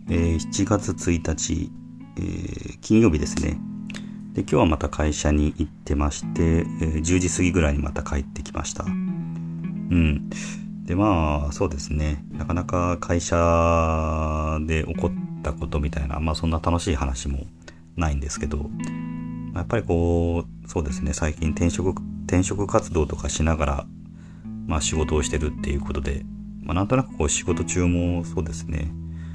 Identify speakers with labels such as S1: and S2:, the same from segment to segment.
S1: 7月1日、金曜日ですね。で、今日はまた会社に行ってまして、10時過ぎぐらいにまた帰ってきました。で、そうですね。なかなか会社で起こったことみたいな、そんな楽しい話もないんですけど、やっぱりそうですね。最近転職活動とかしながら、仕事をしてるっていうことで、なんとなく仕事中もそうですね。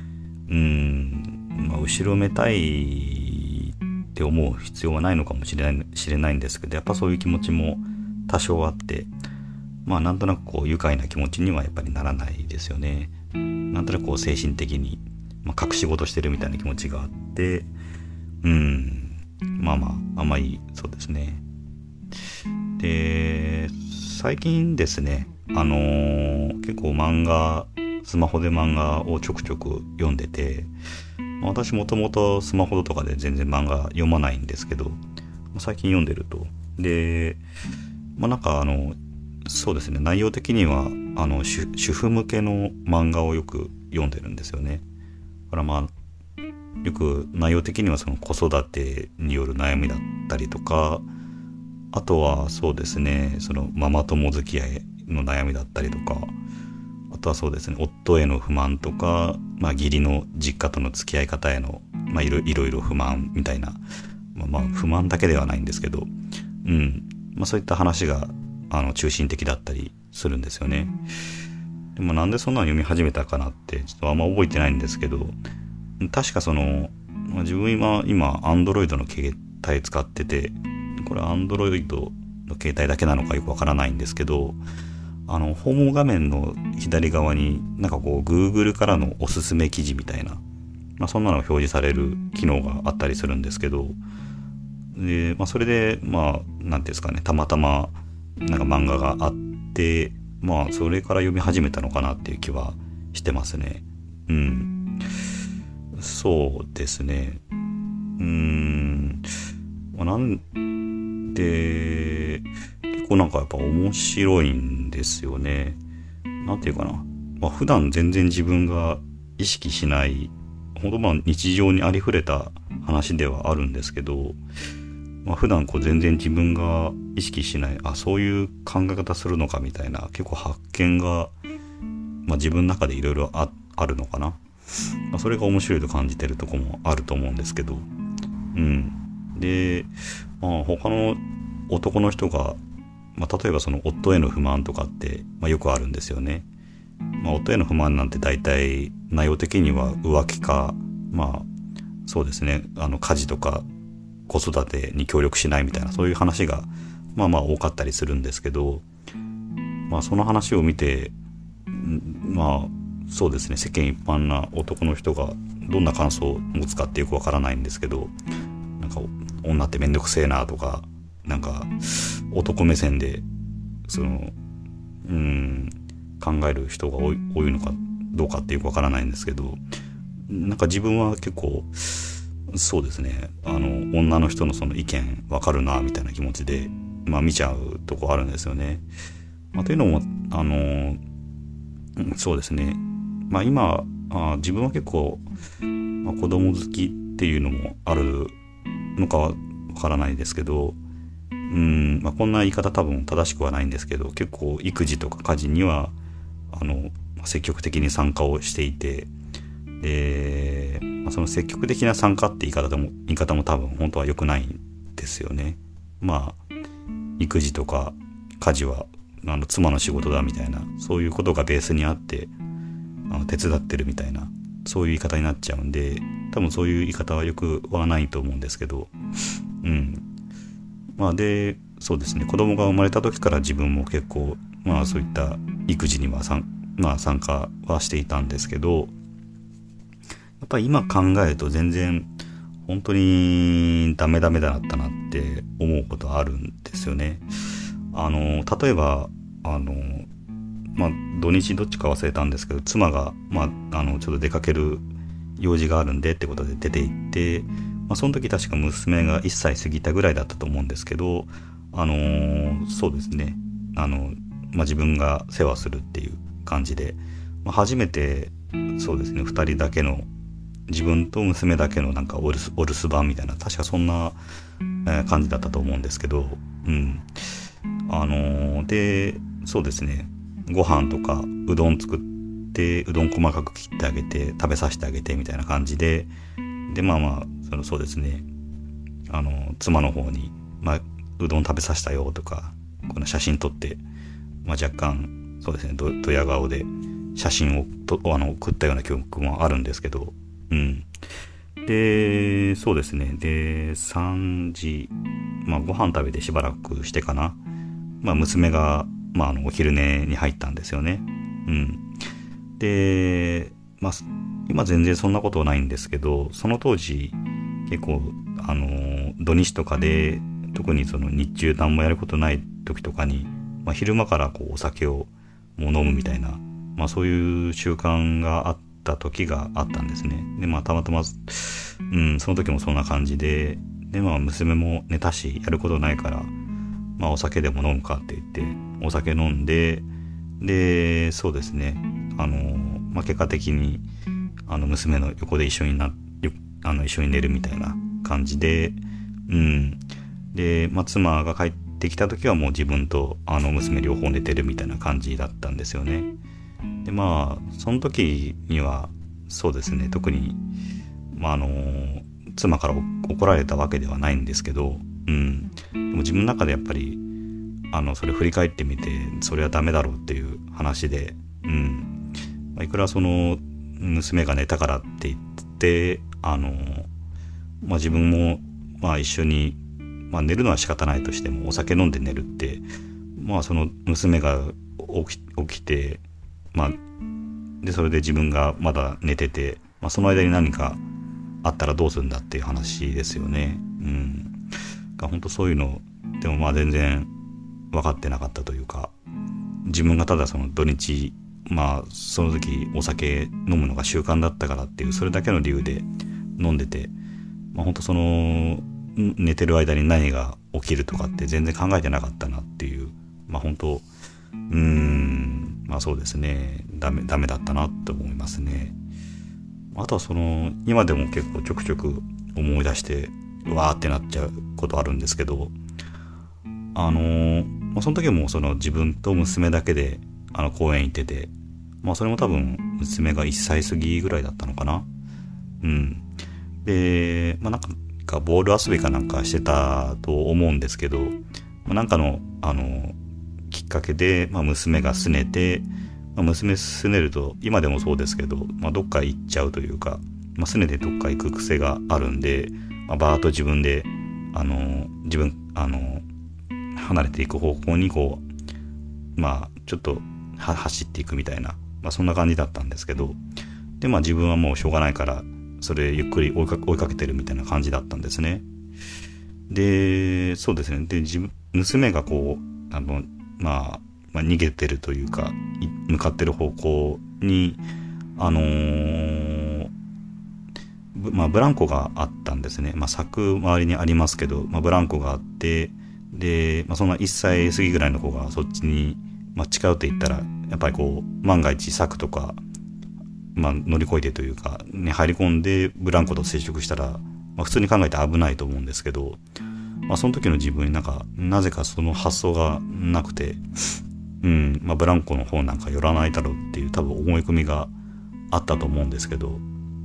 S1: 後ろめたいって思う必要はないのかもしれないんですけど、やっぱそういう気持ちも多少あって、なんとなく愉快な気持ちにはやっぱりならないですよね。なんとなく精神的に、隠し事してるみたいな気持ちがあって、あんまりそうですね。で、最近ですね、結構スマホで漫画をちょくちょく読んでて、私もともとスマホとかで全然漫画読まないんですけど、最近読んでると。で、そうですね、内容的には主婦向けの漫画をよく読んでるんですよね。だからよく内容的にはその子育てによる悩みだったりとか、あとはそうですね、そのママ友付き合いの悩みだったりとか、あとはそうですね、夫への不満とか、義理の実家との付き合い方への、いろいろ不満みたいな、不満だけではないんですけど、そういった話が中心的だったりするんですよね。でもなんでそんなの読み始めたかなってちょっとあんま覚えてないんですけど、確か自分今 Android の携帯使ってて、これ Android の携帯だけなのかよくわからないんですけど、ホーム画面の左側にGoogle からのおすすめ記事みたいな、そんなのが表示される機能があったりするんですけど、で、それでなんていうんですかね、たまたま漫画があって、それから読み始めたのかなっていう気はしてますね。そうですね。なんで結構やっぱ面白いんですよね。なんていうかな。普段全然自分が意識しない、ほんと日常にありふれた話ではあるんですけど、普段全然自分が意識しない、そういう考え方するのかみたいな結構発見が、自分の中でいろいろあるのかな。それが面白いと感じてるとこもあると思うんですけど、で、他の男の人が、例えばその夫への不満とかって、よくあるんですよね。夫への不満なんて大体内容的には浮気か、そうですね、家事とか子育てに協力しないみたいな、そういう話が多かったりするんですけど、その話を見て、そうですね、世間一般な男の人がどんな感想を持つかってよくわからないんですけど、女ってめんどくせえなとか、男目線で考える人が多いのかどうかってよくわからないんですけど、自分は結構そうですね、女の人のその意見わかるなみたいな気持ちで見ちゃうとこあるんですよね。というのもそうですね、今自分は結構、子供好きっていうのもあるのかわからないですけど、こんな言い方多分正しくはないんですけど、結構育児とか家事には積極的に参加をしていて、で、その積極的な参加って言い方も多分本当は良くないんですよね。育児とか家事は妻の仕事だみたいな、そういうことがベースにあって手伝ってるみたいな、そういう言い方になっちゃうんで、多分そういう言い方はよくはないと思うんですけど、で、そうですね、子供が生まれた時から自分も結構そういった育児には参加はしていたんですけど、やっぱり今考えると全然本当にダメだったなって思うことあるんですよね。例えば土日どっちか忘れたんですけど、妻がちょっと出かける用事があるんでってことで出て行って、その時確か娘が1歳過ぎたぐらいだったと思うんですけど、そうですね、自分が世話するっていう感じで、初めてそうですね、2人だけの自分と娘だけのなんかお留守番みたいな、確かそんな、感じだったと思うんですけど、で、そうですね、ご飯とかうどん作って、うどん細かく切ってあげて、食べさせてあげてみたいな感じで、で、そうですね、妻の方に、うどん食べさせたよとか、この写真撮って、若干、そうですね、ドヤ顔で写真を送ったような記憶もあるんですけど、で、そうですね。で、3時、ご飯食べてしばらくしてかな。娘が、お昼寝に入ったんですよね。で、今全然そんなことはないんですけど、その当時、結構、土日とかで、特にその日中何もやることない時とかに、昼間からこうお酒をもう飲むみたいな、そういう習慣があった時があったんですね。で、たまたま、その時もそんな感じで、で、娘も寝たし、やることないから、お酒でも飲むかって言って、お酒飲んで、で、そうですね、結果的に、娘の横で一緒に寝るみたいな感じで、で、妻が帰ってきた時はもう自分と娘両方寝てるみたいな感じだったんですよね。で、その時にはそうですね、特に妻から怒られたわけではないんですけど、でも自分の中でやっぱりそれ振り返ってみて、それはダメだろうっていう話で、いくらその娘が寝たからって言って自分も一緒に、寝るのは仕方ないとしてもお酒飲んで寝るって、その娘が起きて、でそれで自分がまだ寝てて、その間に何かあったらどうするんだっていう話ですよね。本当そういうのでも全然分かってなかったというか、自分がただその土日その時お酒飲むのが習慣だったからっていう、それだけの理由で飲んでて、本当その寝てる間に何が起きるとかって全然考えてなかったなっていう、本当そうですね、ダメだったなって思いますね。あとはその今でも結構ちょくちょく思い出してわーってなっちゃうことあるんですけど、その時もその自分と娘だけで公園行ってて、それも多分娘が1歳過ぎぐらいだったのかな。で、なんかボール遊びかなんかしてたと思うんですけど、なんかのきっかけで、娘が拗ねて、娘拗ねると今でもそうですけど、どっか行っちゃうというか、拗ねてどっか行く癖があるんで、バーッと自分で離れていく方向にこうちょっと走っていくみたいな、そんな感じだったんですけど、で自分はもうしょうがないからそれゆっくり追いかけてるみたいな感じだったんですね。で、そうですね。で、娘がこう逃げてるというか向かってる方向にブランコがあったんですね。柵周りにありますけど、ブランコがあって、で、そんな1歳過ぎぐらいの子がそっちに、近寄っていったら、やっぱりこう万が一柵とか、乗り越えてというか、入り込んでブランコと接触したら、普通に考えて危ないと思うんですけど、その時の自分になぜかその発想がなくて、ブランコの方なんか寄らないだろうっていう多分思い込みがあったと思うんですけど、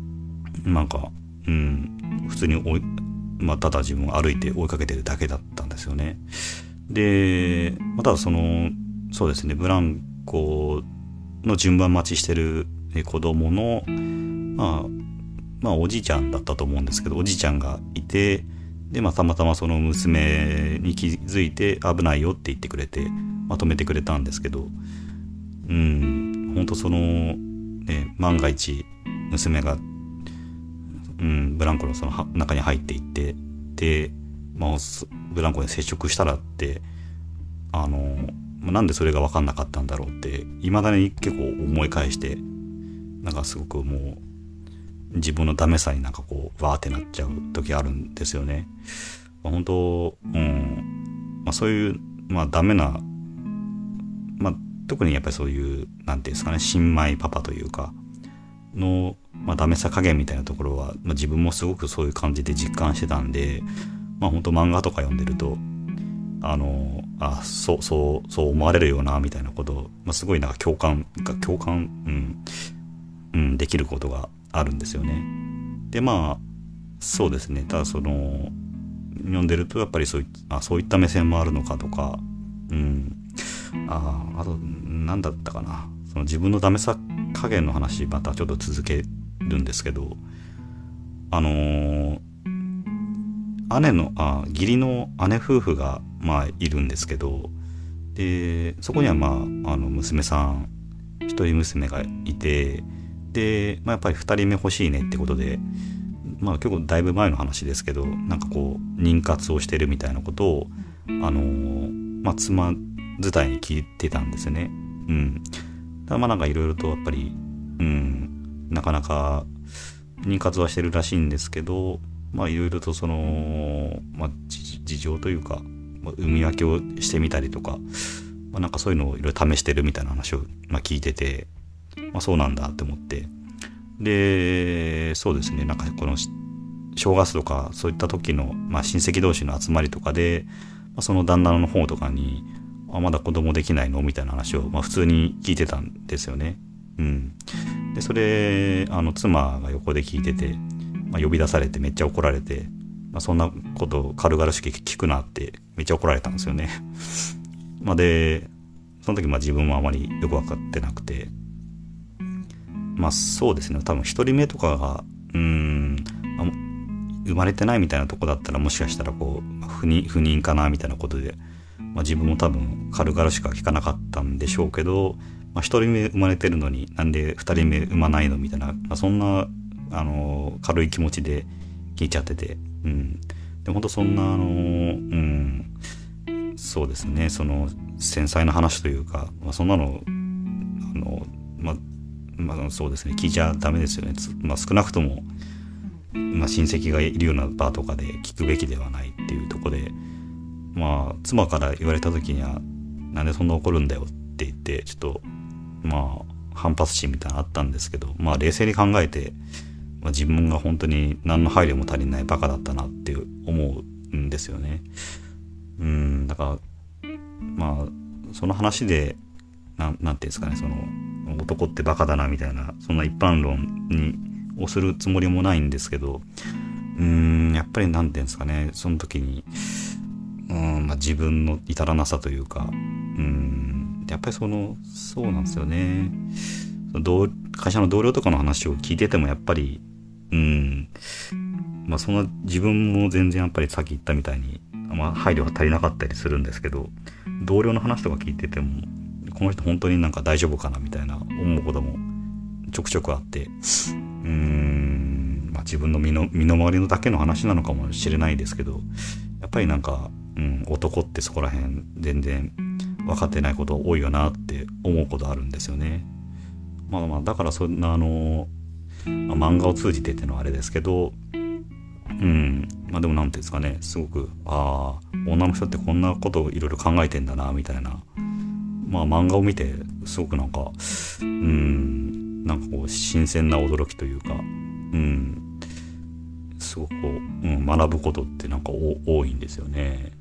S1: 普通にただ自分を歩いて追いかけてるだけだったんですよね。で、ただそうですね、ブランコの順番待ちしてる子供のおじいちゃんだったと思うんですけど、おじいちゃんがいて、でたまたまその娘に気づいて危ないよって言ってくれて、止めてくれたんですけど、本当万が一娘がブランコのその中に入っていって、で、ブランコに接触したらってなんでそれが分かんなかったんだろうって未だに結構思い返して、すごくもう自分のダメさにこうわーってなっちゃう時あるんですよね。本当、そういうダメな、特にやっぱりそういうなんていうんですかね、新米パパというか、 の、ダメさ加減みたいなところは、自分もすごくそういう感じで実感してたんで、本当漫画とか読んでるとそう思われるよなみたいなことを、すごいなんか共感、できることがあるんですよね。でそうですね。ただ読んでるとやっぱりそういった目線もあるのかとか、あと何だったかな、その自分のダメさ加減の話またちょっと続けるんですけど、義理の姉夫婦がいるんですけど、でそこには娘さん一人娘がいて、で、やっぱり二人目欲しいねってことで、結構だいぶ前の話ですけど、なんかこう妊活をしてるみたいなことを妻伝いに聞いてたんですよね。ただなんかいろいろとやっぱりなかなか妊活はしてるらしいんですけど、いろいろとその、事情というか、産み分けをしてみたりとか、なんかそういうのをいろいろ試してるみたいな話を、聞いてて、そうなんだって思って、でそうですね、なんかこの正月とかそういった時の、親戚同士の集まりとかで、その旦那の方とかにまだ子供できないのみたいな話を、普通に聞いてたんですよね。でそれ妻が横で聞いてて、呼び出されてめっちゃ怒られて、そんなことを軽々しく聞くなってめっちゃ怒られたんですよね。でその時自分もあまりよく分かってなくて、そうですね、多分一人目とかが生まれてないみたいなとこだったら、もしかしたらこう不妊かなみたいなことで、自分も多分軽々しか聞かなかったんでしょうけど、一人目生まれてるのになんで二人目産まないのみたいな、そんな軽い気持ちで聞いちゃってて、で本当そんなそうですね、その繊細な話というか、そんなのそうですね、聞いちゃダメですよね。少なくとも、親戚がいるような場とかで聞くべきではないっていうところで、妻から言われた時にはなんでそんな怒るんだよって言って、ちょっと反発心みたいなのあったんですけど、冷静に考えて、自分が本当に何の配慮も足りないバカだったなって思うんですよね。だからその話でなんていうんですかね、その男ってバカだなみたいな、そんな一般論をするつもりもないんですけど、やっぱりなんていうんですかね、その時に自分の至らなさというか、やっぱりそうなんですよね。会社の同僚とかの話を聞いててもやっぱりそんな自分も全然やっぱりさっき言ったみたいに配慮が足りなかったりするんですけど、同僚の話とか聞いててもこの人本当になんか大丈夫かなみたいな思うこともちょくちょくあって、自分の身の回りのだけの話なのかもしれないですけど、やっぱりなんか、男ってそこら辺全然分かってないこと多いよなって思うことあるんですよね。だからそんな漫画を通じてってのはあれですけど、でもなんていうんですかね、すごく女の人ってこんなことをいろいろ考えてんだなみたいな、漫画を見てすごくなんかこう新鮮な驚きというか、すごくこう、学ぶことってなんか多いんですよね。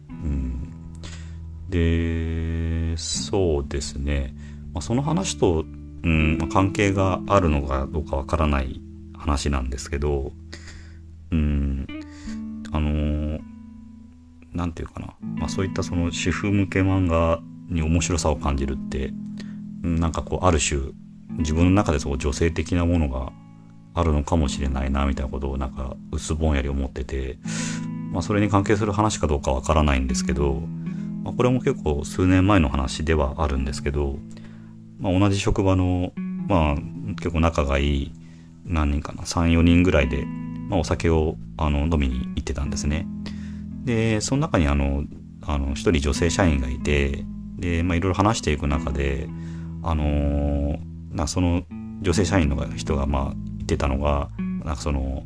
S1: でそうですね、その話と、関係があるのかどうかわからない話なんですけど、なんていうかな、そういったその主婦向け漫画に面白さを感じるって、なんかこうある種自分の中でそう女性的なものがあるのかもしれないなみたいなことをなんか薄ぼんやり思ってて、それに関係する話かどうかわからないんですけど、これも結構数年前の話ではあるんですけど、同じ職場の結構仲がいい何人かな 3,4 人ぐらいで、お酒を飲みに行ってたんですね。でその中に一人女性社員がいて、でいろいろ話していく中でその女性社員の人が言ってたのが、なんかその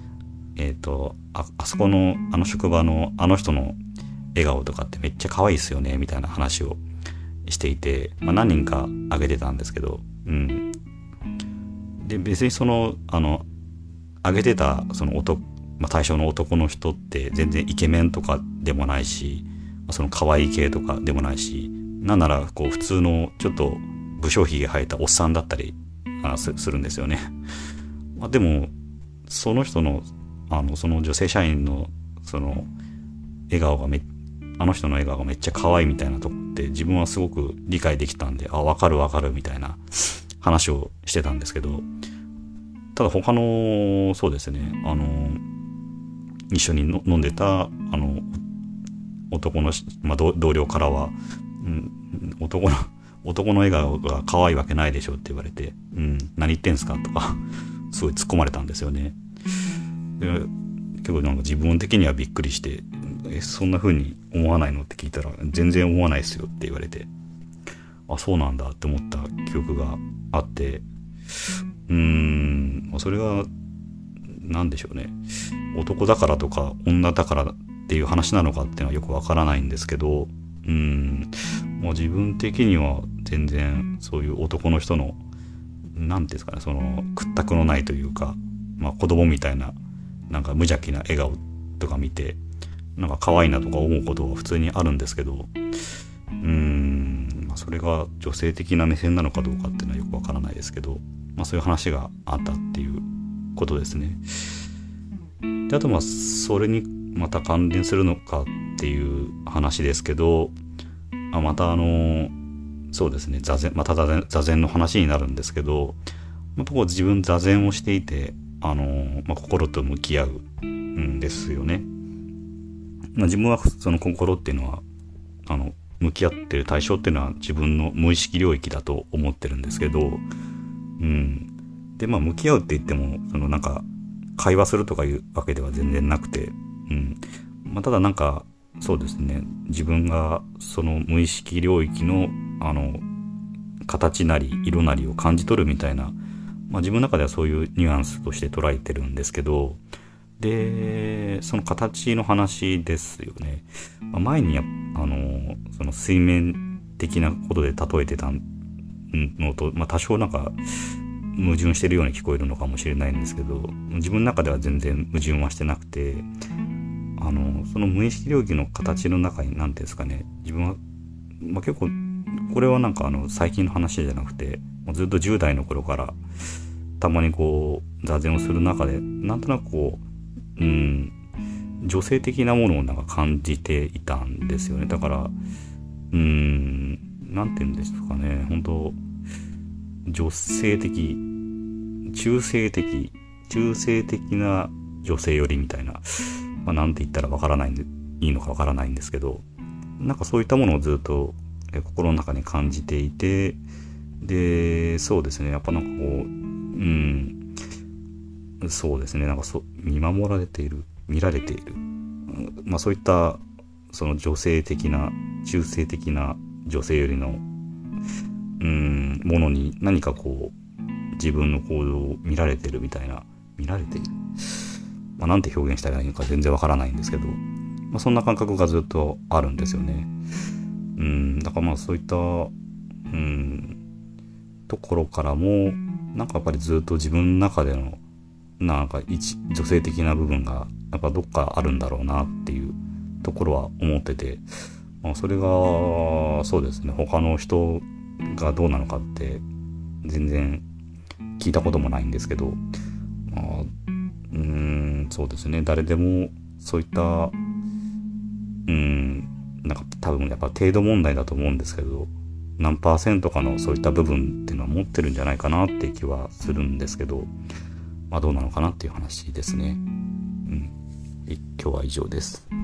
S1: あそこの職場の人の笑顔とかってめっちゃ可愛いですよねみたいな話をしていて、何人か挙げてたんですけど、 で別に挙げてたその対象の男の人って全然イケメンとかでもないし、その可愛い系とかでもないし、なんならこう普通のちょっと武将髭生えたおっさんだったりするんですよね。でもその人のその女性社員のその笑顔があの人の笑顔がめっちゃ可愛いみたいなとこって自分はすごく理解できたんで、わかるみたいな話をしてたんですけど、ただ他のそうですね一緒に飲んでた男の、同僚からは、男の笑顔が可愛いわけないでしょって言われて、何言ってんすかとかすごい突っ込まれたんですよね。で結構なんか自分的にはびっくりして、そんな風に思わないのって聞いたら、全然思わないですよって言われて、そうなんだって思った記憶があって、それは何でしょうね、男だからとか女だからっていう話なのかっていうのはよくわからないんですけど、自分的には全然そういう男の人のなんていうんですかね、その屈託のないというか、子供みたいななんか無邪気な笑顔とか見てなんか可愛いなとか思うことは普通にあるんですけど、それが女性的な目線なのかどうかっていうのはよくわからないですけど、そういう話があったっていうことですね。であとそれにまた関連するのかっていう話ですけど、またそうですね、座禅の話になるんですけど、自分座禅をしていて心と向き合うんですよね。自分はその心っていうのは向き合ってる対象っていうのは自分の無意識領域だと思ってるんですけど、で向き合うって言ってもなんか会話するとかいうわけでは全然なくて、ただなんかそうですね、自分がその無意識領域の形なり色なりを感じ取るみたいな、自分の中ではそういうニュアンスとして捉えてるんですけど、でその形の話ですよね。前にその水面的なことで例えてたのと、多少なんか矛盾してるように聞こえるのかもしれないんですけど、自分の中では全然矛盾はしてなくて、その無意識領域の形の中に何ていうんですかね、自分は、結構これはなんか最近の話じゃなくて、ずっと10代の頃からたまにこう座禅をする中でなんとなくこう女性的なものをなんか感じていたんですよね。だからなんていうんですかね、本当女性的中性的な女性寄りみたいな、なんて言ったらいいのかわからないんですけど、なんかそういったものをずっと心の中に感じていて、でそうですね、やっぱなんかこうそうですね、なんか見守られている、見られている、そういったその女性的な中性的な女性よりのものに何かこう自分の行動を見られているみたいな、見られている、なんて表現したらいいのか全然わからないんですけど、そんな感覚がずっとあるんですよね。だからそういったところからもなんかやっぱりずっと自分の中でのなんか女性的な部分がやっぱどっかあるんだろうなっていうところは思ってて、それがそうですね、他の人がどうなのかって全然聞いたこともないんですけど、そうですね、誰でもそういったなんか多分やっぱ程度問題だと思うんですけど、何%かのそういった部分っていうのは持ってるんじゃないかなっていう気はするんですけど、どうなのかなっていう話ですね。今日は以上です。